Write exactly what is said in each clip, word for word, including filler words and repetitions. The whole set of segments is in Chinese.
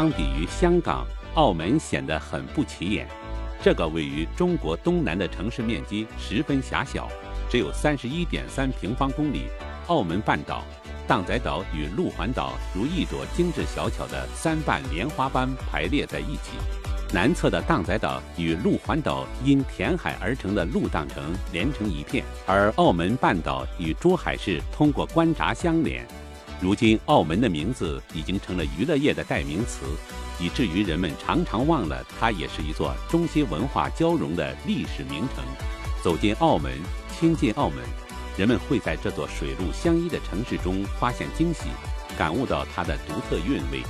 相比于香港、澳门显得很不起眼。这个位于中国东南的城市面积十分狭小，只有三十一点三平方公里。澳门半岛、荡仔岛与路环岛如一朵精致小巧的三瓣莲花般排列在一起。南侧的荡仔岛与路环岛因填海而成的路荡城连成一片，而澳门半岛与珠海市通过关闸相连。如今，澳门的名字已经成了娱乐业的代名词，以至于人们常常忘了它也是一座中西文化交融的历史名城。走进澳门，亲近澳门，人们会在这座水陆相依的城市中发现惊喜，感悟到它的独特韵味。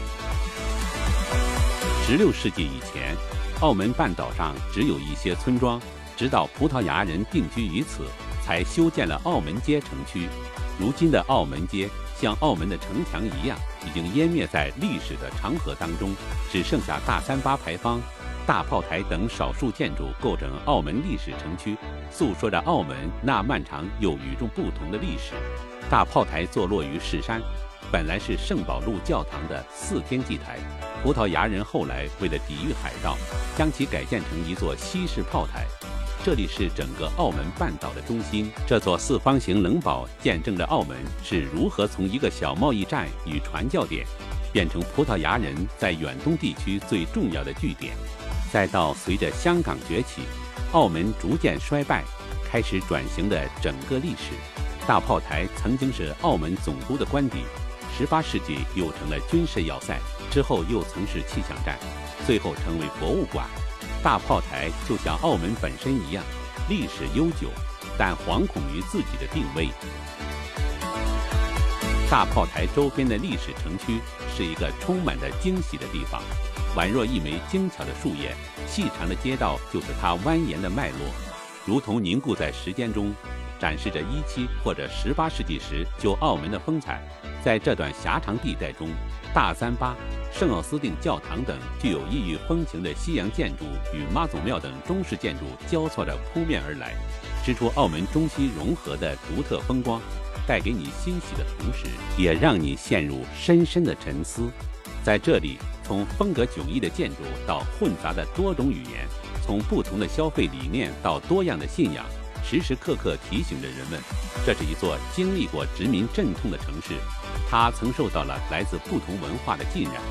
十六世纪以前，澳门半岛上只有一些村庄，直到葡萄牙人定居于此，才修建了澳门街城区。如今的澳门街像澳门的城墙一样，已经湮灭在历史的长河当中，只剩下大三巴牌坊、大炮台等少数建筑构成澳门历史城区，诉说着澳门那漫长又与众不同的历史。大炮台坐落于士山，本来是圣保禄教堂的四天祭台，葡萄牙人后来为了抵御海盗，将其改建成一座西式炮台。这里是整个澳门半岛的中心，这座四方形冷堡见证着澳门是如何从一个小贸易站与传教点，变成葡萄牙人在远东地区最重要的据点。再到随着香港崛起，澳门逐渐衰败，开始转型的整个历史。大炮台曾经是澳门总督的官邸，十八世纪又成了军事要塞，之后又曾是气象站，最后成为博物馆。大炮台就像澳门本身一样，历史悠久，但惶恐于自己的定位。大炮台周边的历史城区是一个充满着惊喜的地方，宛若一枚精巧的树叶，细长的街道就是它蜿蜒的脉络，如同凝固在时间中，展示着一七或者十八世纪时旧澳门的风采。在这段狭长地带中，大三巴、圣奥斯定教堂等具有异域风情的西洋建筑与妈祖庙等中式建筑交错着扑面而来，织出澳门中西融合的独特风光，带给你欣喜的同时，也让你陷入深深的沉思。在这里，从风格迥异的建筑到混杂的多种语言，从不同的消费理念到多样的信仰，时时刻刻提醒着人们，这是一座经历过殖民阵痛的城市，它曾受到了来自不同文化的浸染。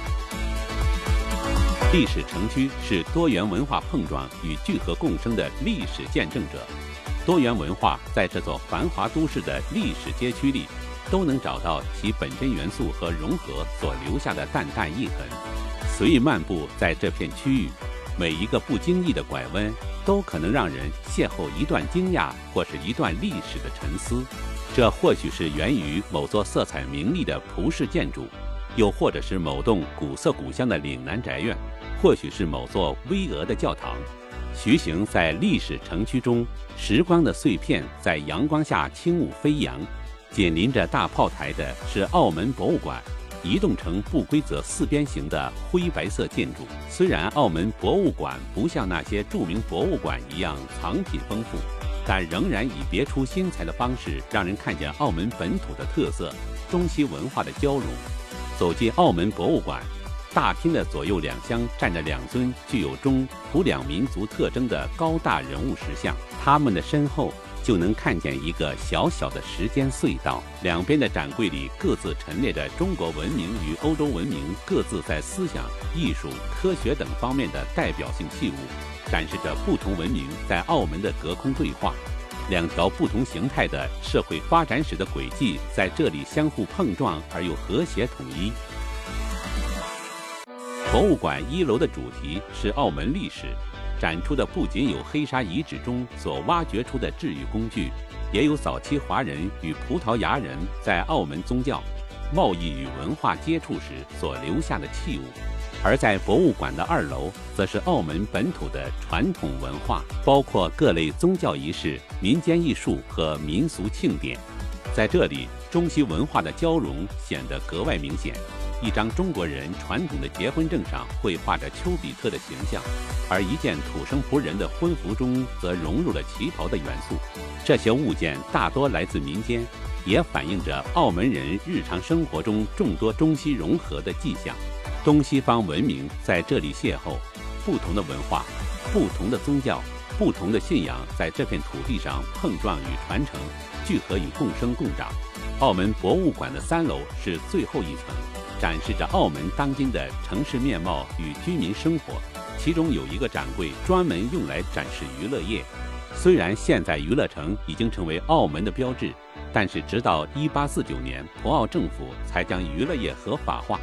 历史城区是多元文化碰撞与聚合共生的历史见证者。多元文化在这座繁华都市的历史街区里，都能找到其本真元素和融合所留下的淡淡印痕。随意漫步在这片区域，每一个不经意的拐弯，都可能让人邂逅一段惊讶或是一段历史的沉思。这或许是源于某座色彩明丽的葡式建筑，又或者是某栋古色古香的岭南宅院，或许是某座巍峨的教堂。徐行在历史城区中，时光的碎片在阳光下轻舞飞扬。紧邻着大炮台的是澳门博物馆，移动成不规则四边形的灰白色建筑。虽然澳门博物馆不像那些著名博物馆一样藏品丰富，但仍然以别出心裁的方式让人看见澳门本土的特色，中西文化的交融。走进澳门博物馆，大厅的左右两厢站着两尊具有中葡两民族特征的高大人物石像，他们的身后就能看见一个小小的时间隧道，两边的展柜里各自陈列着中国文明与欧洲文明各自在思想、艺术、科学等方面的代表性器物，展示着不同文明在澳门的隔空对话。两条不同形态的社会发展史的轨迹在这里相互碰撞而又和谐统一。博物馆一楼的主题是澳门历史，展出的不仅有黑沙遗址中所挖掘出的治愈工具，也有早期华人与葡萄牙人在澳门宗教、贸易与文化接触时所留下的器物。而在博物馆的二楼，则是澳门本土的传统文化，包括各类宗教仪式、民间艺术和民俗庆典。在这里，中西文化的交融显得格外明显。一张中国人传统的结婚证上绘画着丘比特的形象，而一件土生葡人的婚服中则融入了旗袍的元素。这些物件大多来自民间，也反映着澳门人日常生活中众多中西融合的迹象。 东西方文明在这里邂逅，不同的文化、不同的宗教、不同的信仰在这片土地上碰撞与传承，聚合与共生共长。澳门博物馆的三楼是最后一层，展示着澳门当今的城市面貌与居民生活。其中有一个展柜专门用来展示娱乐业。虽然现在娱乐城已经成为澳门的标志，但是直到一八四九年，葡澳政府才将娱乐业合法化。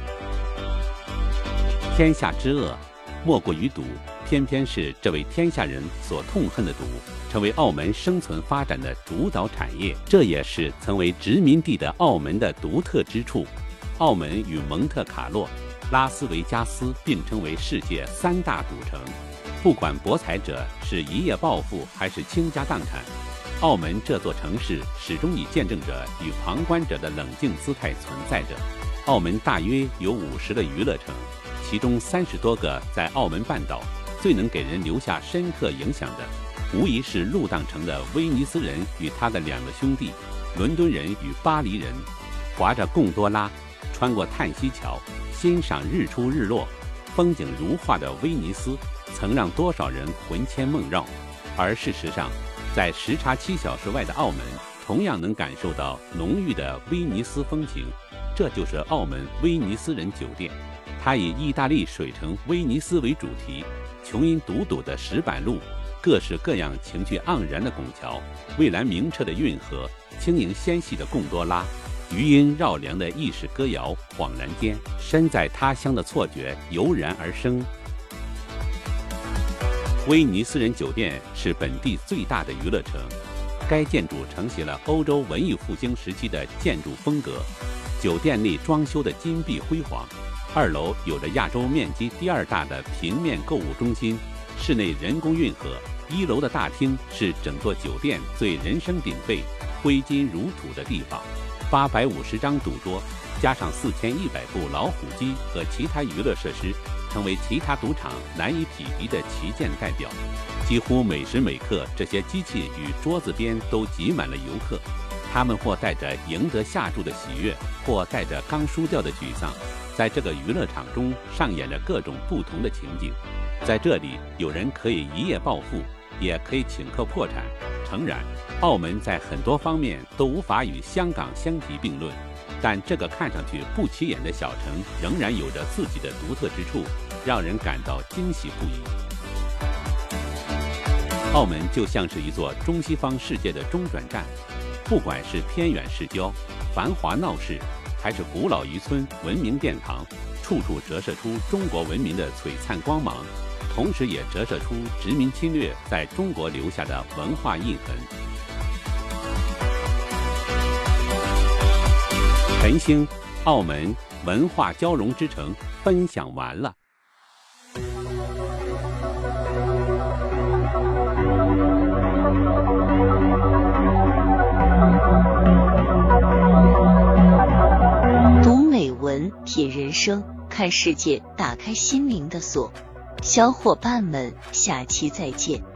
天下之恶，莫过于赌，偏偏是这位天下人所痛恨的赌，成为澳门生存发展的主导产业。这也是曾为殖民地的澳门的独特之处。澳门与蒙特卡洛、拉斯维加斯并称为世界三大赌城。不管博彩者是一夜暴富还是倾家荡产，澳门这座城市始终以见证者与旁观者的冷静姿态存在着。澳门大约有五十个娱乐城，其中三十多个在澳门半岛。最能给人留下深刻影响的，无疑是入荡城的威尼斯人与他的两个兄弟，伦敦人与巴黎人，划着贡多拉，穿过叹息桥，欣赏日出日落，风景如画的威尼斯，曾让多少人魂牵梦绕。而事实上，在时差七小时外的澳门，同样能感受到浓郁的威尼斯风情。这就是澳门威尼斯人酒店，它以意大利水城威尼斯为主题，琼音独笃的石板路，各式各样情趣盎然的拱桥，蔚蓝明澈的运河，轻盈纤细的贡多拉，余音绕梁的意式歌谣，恍然间，身在他乡的错觉油然而生。威尼斯人酒店是本地最大的娱乐城，该建筑承袭了欧洲文艺复兴时期的建筑风格，酒店内装修的金碧辉煌。二楼有着亚洲面积第二大的平面购物中心，室内人工运河。一楼的大厅是整座酒店最人声鼎沸、挥金如土的地方。八百五十张赌桌，加上四千一百部老虎机和其他娱乐设施，成为其他赌场难以匹敌的旗舰代表。几乎每时每刻，这些机器与桌子边都挤满了游客，他们或带着赢得下注的喜悦，或带着刚输掉的沮丧，在这个娱乐场中上演着各种不同的情景。在这里，有人可以一夜暴富，也可以顷刻破产。诚然，澳门在很多方面都无法与香港相提并论，但这个看上去不起眼的小城仍然有着自己的独特之处，让人感到惊喜不已。澳门就像是一座中西方世界的中转站，不管是偏远市郊、繁华闹市，还是古老渔村、文明殿堂，处处折射出中国文明的璀璨光芒，同时也折射出殖民侵略在中国留下的文化印痕。晨星，澳门文化交融之城，分享完了。 读美文，品人生，看世界，打开心灵的锁。小伙伴们，下期再见。